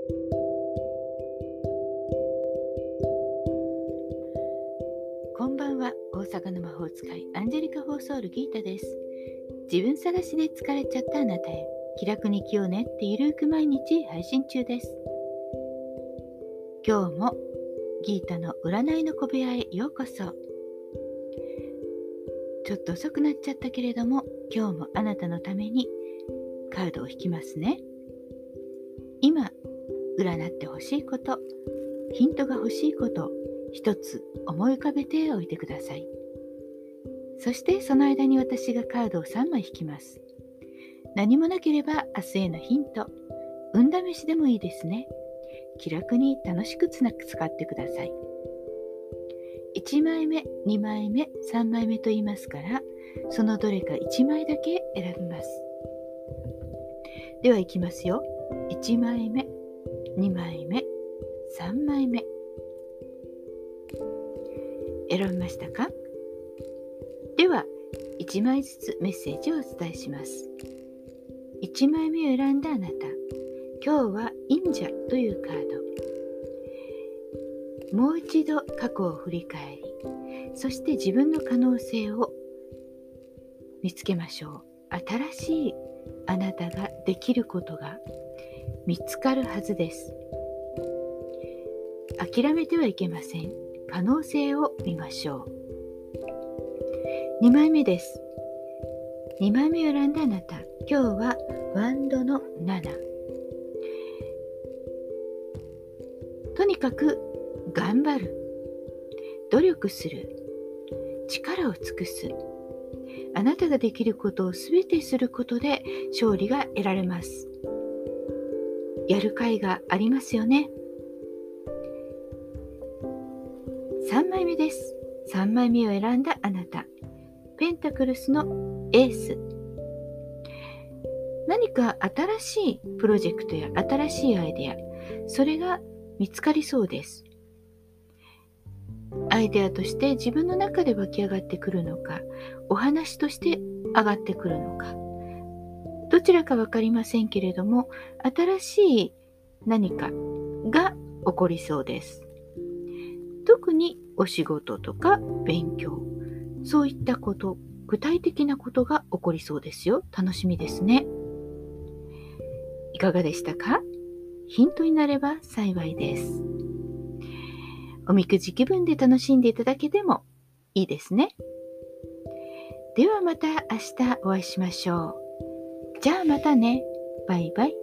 こんばんは。大阪の魔法使いアンジェリカ・フォーソウル・ギータです。自分探しで疲れちゃったあなたへ、気楽に生きようねってゆるく毎日配信中です。今日もギータの占いの小部屋へようこそ。ちょっと遅くなっちゃったけれども、今日もあなたのためにカードを引きますね。今占ってほしいこと、ヒントが欲しいことを一つ思い浮かべておいてください。そしてその間に私がカードを3枚引きます。何もなければ明日へのヒント、運試しでもいいですね。気楽に楽しく使ってください。1枚目、2枚目、3枚目と言いますから、そのどれか1枚だけ選びます。ではいきますよ。1枚目、2枚目、3枚目。選びましたか？では1枚ずつメッセージをお伝えします。1枚目を選んだあなた、今日は忍者というカード。もう一度過去を振り返り、そして自分の可能性を見つけましょう。新しいあなたができることが見つかるはずです。諦めてはいけません。可能性を見ましょう。2枚目です。2枚目を選んだあなた、今日はワンドの7。とにかく頑張る、努力する、力を尽くす。あなたができることをすべてすることで勝利が得られます。やる甲斐がありますよね。3枚目です。3枚目を選んだあなた、ペンタクルスのエース。何か新しいプロジェクトや新しいアイデア、それが見つかりそうです。アイデアとして自分の中で湧き上がってくるのか、お話として上がってくるのか、どちらか分かりませんけれども、新しい何かが起こりそうです。特にお仕事とか勉強、そういったこと、具体的なことが起こりそうですよ。楽しみですね。いかがでしたか？ヒントになれば幸いです。おみくじ気分で楽しんでいただけてもいいですね。ではまた明日お会いしましょう。じゃあまたね。バイバイ。